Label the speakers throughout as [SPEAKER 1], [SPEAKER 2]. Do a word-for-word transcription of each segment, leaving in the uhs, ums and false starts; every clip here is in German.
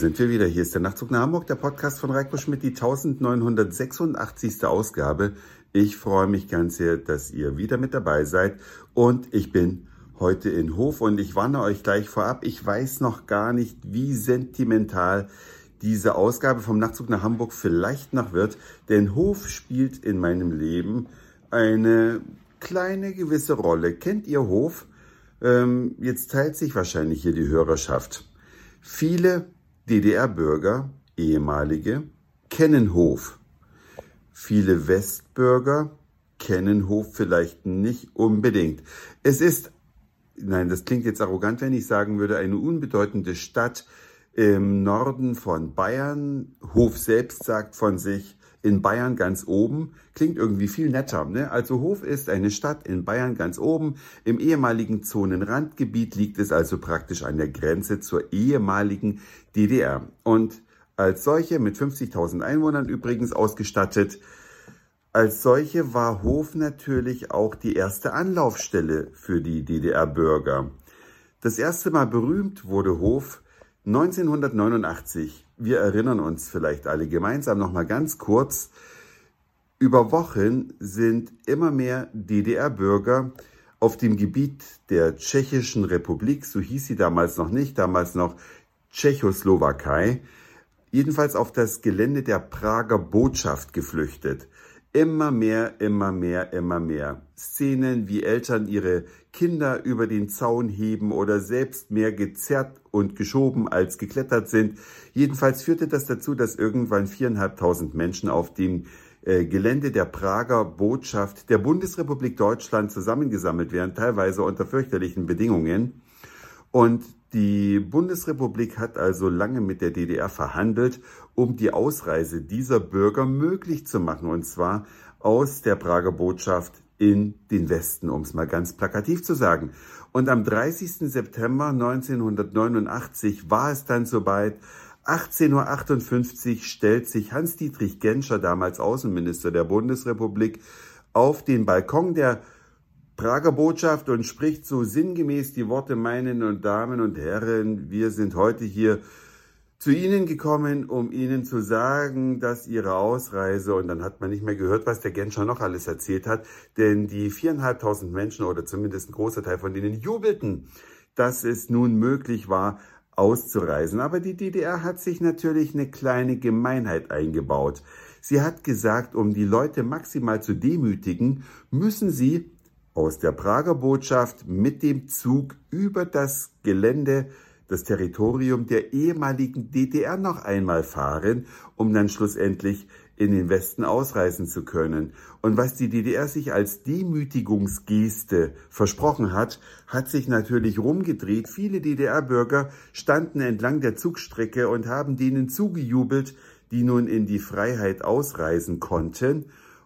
[SPEAKER 1] sind wir wieder. Hier ist der Nachtzug nach Hamburg, der Podcast von Reiko Schmidt, die eintausendneunhundertsechsundachtzigste Ausgabe. Ich freue mich ganz sehr, dass ihr wieder mit dabei seid. Und ich bin heute in Hof und ich warne euch gleich vorab. Ich weiß noch gar nicht, wie sentimental diese Ausgabe vom Nachtzug nach Hamburg vielleicht noch wird. Denn Hof spielt in meinem Leben eine kleine gewisse Rolle. Kennt ihr Hof? Ähm, jetzt teilt sich wahrscheinlich hier die Hörerschaft. Viele D D R-Bürger, ehemalige, kennen Hof. Viele Westbürger kennen Hof vielleicht nicht unbedingt. Es ist, nein, das klingt jetzt arrogant, wenn ich sagen würde, eine unbedeutende Stadt im Norden von Bayern. Hof selbst sagt von sich, in Bayern ganz oben. Klingt irgendwie viel netter, ne? Also Hof ist eine Stadt in Bayern ganz oben. Im ehemaligen Zonenrandgebiet liegt es also praktisch an der Grenze zur ehemaligen D D R. Und als solche, mit fünfzigtausend Einwohnern übrigens ausgestattet, als solche war Hof natürlich auch die erste Anlaufstelle für die D D R-Bürger. Das erste Mal berühmt wurde Hof neunzehnhundertneunundachtzig. Wir erinnern uns vielleicht alle gemeinsam noch mal ganz kurz. Über Wochen sind immer mehr D D R-Bürger auf dem Gebiet der Tschechischen Republik, so hieß sie damals noch nicht, damals noch Tschechoslowakei, jedenfalls auf das Gelände der Prager Botschaft geflüchtet. Immer mehr, immer mehr, immer mehr. Szenen, wie Eltern ihre Kinder über den Zaun heben oder selbst mehr gezerrt und geschoben als geklettert sind. Jedenfalls führte das dazu, dass irgendwann viertausendfünfhundert Menschen auf dem äh, Gelände der Prager Botschaft der Bundesrepublik Deutschland zusammengesammelt werden, teilweise unter fürchterlichen Bedingungen. Und die Bundesrepublik hat also lange mit der D D R verhandelt, um die Ausreise dieser Bürger möglich zu machen, und zwar aus der Prager Botschaft in den Westen, um es mal ganz plakativ zu sagen. Und am dreißigsten September neunzehnhundertneunundachtzig war es dann soweit. achtzehn Uhr achtundfünfzig stellt sich Hans-Dietrich Genscher, damals Außenminister der Bundesrepublik, auf den Balkon der Prager Botschaft und spricht so sinngemäß die Worte: Meine Damen und Herren, wir sind heute hier zu Ihnen gekommen, um Ihnen zu sagen, dass Ihre Ausreise, und dann hat man nicht mehr gehört, was der Genscher noch alles erzählt hat, denn die viertausendfünfhundert Menschen oder zumindest ein großer Teil von denen jubelten, dass es nun möglich war, auszureisen. Aber die D D R hat sich natürlich eine kleine Gemeinheit eingebaut. Sie hat gesagt, um die Leute maximal zu demütigen, müssen sie aus der Prager Botschaft mit dem Zug über das Gelände, das Territorium der ehemaligen D D R noch einmal fahren, um dann schlussendlich in den Westen ausreisen zu können. Und was die D D R sich als Demütigungsgeste versprochen hat, hat sich natürlich rumgedreht. Viele D D R-Bürger standen entlang der Zugstrecke und haben denen zugejubelt, die nun in die Freiheit ausreisen konnten.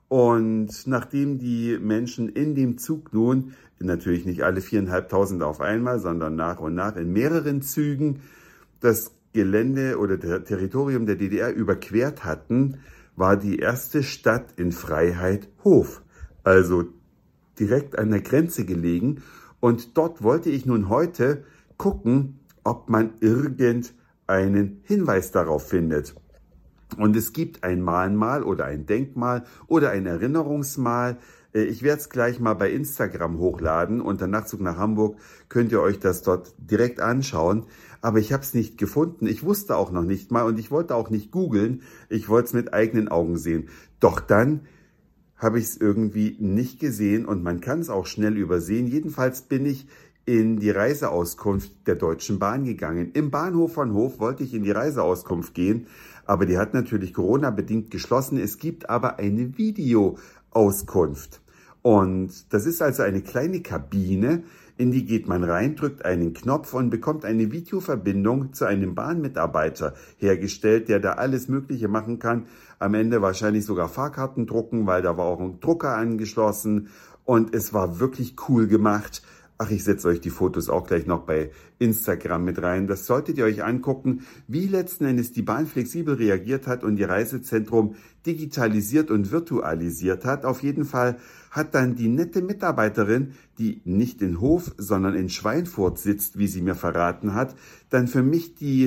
[SPEAKER 1] Und nachdem die Menschen in dem Zug nun, natürlich nicht alle viertausendfünfhundert auf einmal, sondern nach und nach in mehreren Zügen das Gelände oder das Territorium der D D R überquert hatten, war die erste Stadt in Freiheit Hof, also direkt an der Grenze gelegen. Und dort wollte ich nun heute gucken, ob man irgendeinen Hinweis darauf findet. Und es gibt ein Mahnmal oder ein Denkmal oder ein Erinnerungsmal. Ich werde es gleich mal bei Instagram hochladen. Unter Nachtzug nach Hamburg könnt ihr euch das dort direkt anschauen. Aber ich habe es nicht gefunden. Ich wusste auch noch nicht mal und ich wollte auch nicht googeln. Ich wollte es mit eigenen Augen sehen. Doch dann habe ich es irgendwie nicht gesehen und man kann es auch schnell übersehen. Jedenfalls bin ich in die Reiseauskunft der Deutschen Bahn gegangen. Im Bahnhof von Hof wollte ich in die Reiseauskunft gehen, aber die hat natürlich Corona-bedingt geschlossen. Es gibt aber eine Videoauskunft. Und das ist also eine kleine Kabine, in die geht man rein, drückt einen Knopf und bekommt eine Videoverbindung zu einem Bahnmitarbeiter hergestellt, der da alles Mögliche machen kann. Am Ende wahrscheinlich sogar Fahrkarten drucken, weil da war auch ein Drucker angeschlossen. Und es war wirklich cool gemacht. Ach, ich setze euch die Fotos auch gleich noch bei Instagram mit rein. Das solltet ihr euch angucken, wie letzten Endes die Bahn flexibel reagiert hat und ihr Reisezentrum digitalisiert und virtualisiert hat. Auf jeden Fall hat dann die nette Mitarbeiterin, die nicht in Hof, sondern in Schweinfurt sitzt, wie sie mir verraten hat, dann für mich die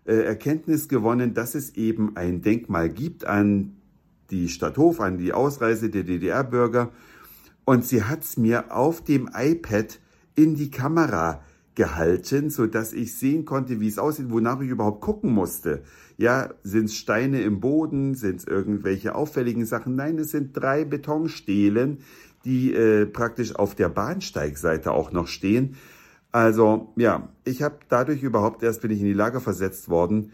[SPEAKER 1] äh, Erkenntnis gewonnen, dass es eben ein Denkmal gibt an die Stadt Hof, an die Ausreise der D D R-Bürger. Und sie hat es mir auf dem iPad in die Kamera gehalten, sodass ich sehen konnte, wie es aussieht, wonach ich überhaupt gucken musste. Ja, sind es Steine im Boden, sind es irgendwelche auffälligen Sachen? Nein, es sind drei Betonstelen, die äh, praktisch auf der Bahnsteigseite auch noch stehen. Also ja, ich habe dadurch überhaupt erst, bin ich in die Lage versetzt worden,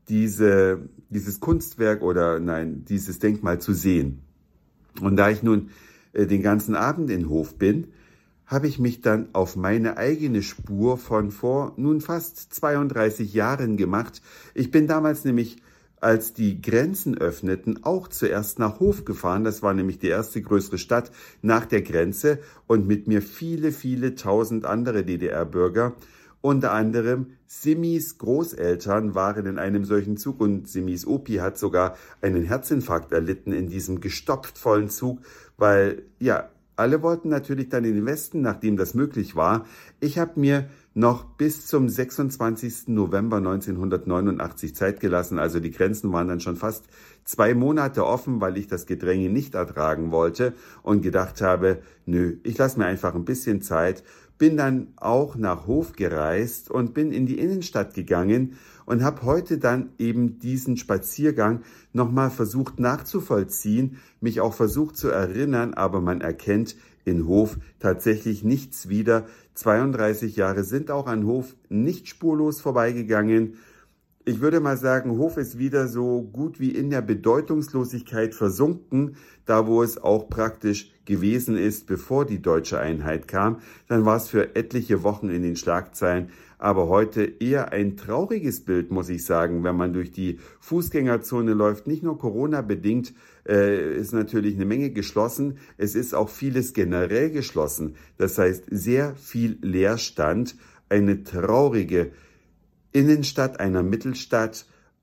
[SPEAKER 1] diese, dieses Kunstwerk oder nein, dieses Denkmal zu sehen. Und da ich nun äh, den ganzen Abend in Hof bin, habe ich mich dann auf meine eigene Spur von vor nun fast zweiunddreißig Jahren gemacht. Ich bin damals nämlich, als die Grenzen öffneten, auch zuerst nach Hof gefahren. Das war nämlich die erste größere Stadt nach der Grenze und mit mir viele, viele tausend andere D D R-Bürger. Unter anderem Simis Großeltern waren in einem solchen Zug und Simis Opi hat sogar einen Herzinfarkt erlitten in diesem gestopft vollen Zug, weil, ja, alle wollten natürlich dann in den Westen, nachdem das möglich war. Ich habe mir noch bis zum sechsundzwanzigsten November neunzehnhundertneunundachtzig Zeit gelassen. Also die Grenzen waren dann schon fast zwei Monate offen, weil ich das Gedränge nicht ertragen wollte und gedacht habe, nö, ich lasse mir einfach ein bisschen Zeit. Bin dann auch nach Hof gereist und bin in die Innenstadt gegangen und habe heute dann eben diesen Spaziergang nochmal versucht nachzuvollziehen, mich auch versucht zu erinnern, aber man erkennt in Hof tatsächlich nichts wieder. zweiunddreißig Jahre sind auch an Hof nicht spurlos vorbeigegangen. Ich würde mal sagen, Hof ist wieder so gut wie in der Bedeutungslosigkeit versunken, da wo es auch praktisch gewesen ist, bevor die deutsche Einheit kam. Dann war es für etliche Wochen in den Schlagzeilen, aber heute eher ein trauriges Bild, muss ich sagen, wenn man durch die Fußgängerzone läuft. Nicht nur Corona-bedingt äh, ist natürlich eine Menge geschlossen, es ist auch vieles generell geschlossen. Das heißt, sehr viel Leerstand, eine traurige Innenstadt einer Mittelstadt.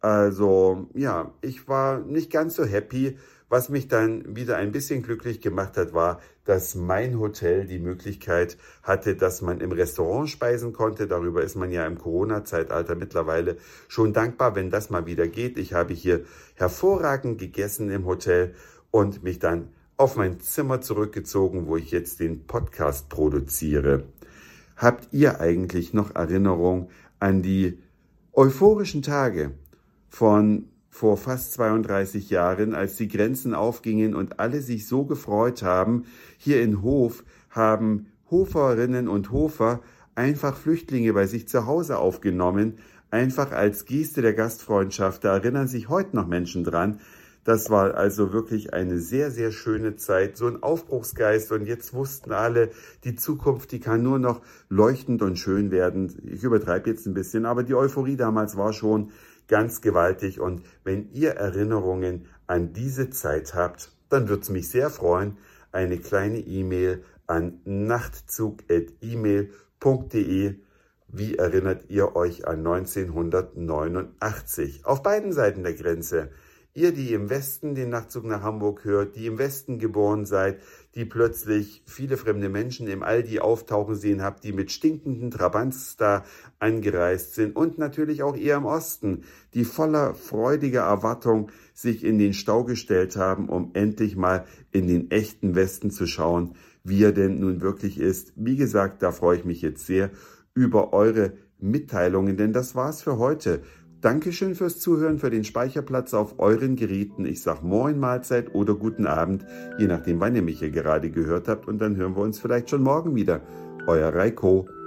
[SPEAKER 1] Also ja, ich war nicht ganz so happy. Was mich dann wieder ein bisschen glücklich gemacht hat, war, dass mein Hotel die Möglichkeit hatte, dass man im Restaurant speisen konnte. Darüber ist man ja im Corona-Zeitalter mittlerweile schon dankbar, wenn das mal wieder geht. Ich habe hier hervorragend gegessen im Hotel und mich dann auf mein Zimmer zurückgezogen, wo ich jetzt den Podcast produziere. Habt ihr eigentlich noch Erinnerung an die euphorischen Tage von vor fast zweiunddreißig Jahren, als die Grenzen aufgingen und alle sich so gefreut haben? Hier in Hof haben Hoferinnen und Hofer einfach Flüchtlinge bei sich zu Hause aufgenommen, einfach als Geste der Gastfreundschaft. Da erinnern sich heute noch Menschen dran. Das war also wirklich eine sehr, sehr schöne Zeit, so ein Aufbruchsgeist. Und jetzt wussten alle, die Zukunft, die kann nur noch leuchtend und schön werden. Ich übertreibe jetzt ein bisschen, aber die Euphorie damals war schon ganz gewaltig. Und wenn ihr Erinnerungen an diese Zeit habt, dann würde es mich sehr freuen. Eine kleine E-Mail an nachtzug at e mail punkt de. Wie erinnert ihr euch an neunzehnhundertneunundachtzig? Auf beiden Seiten der Grenze. Ihr, die im Westen den Nachtzug nach Hamburg hört, die im Westen geboren seid, die plötzlich viele fremde Menschen im Aldi auftauchen sehen habt, die mit stinkenden Trabants da angereist sind, und natürlich auch ihr im Osten, die voller freudiger Erwartung sich in den Stau gestellt haben, um endlich mal in den echten Westen zu schauen, wie er denn nun wirklich ist. Wie gesagt, da freue ich mich jetzt sehr über eure Mitteilungen, denn das war's für heute. Dankeschön fürs Zuhören, für den Speicherplatz auf euren Geräten. Ich sag Moin, Mahlzeit oder guten Abend, je nachdem, wann ihr mich hier gerade gehört habt. Und dann hören wir uns vielleicht schon morgen wieder. Euer Reiko.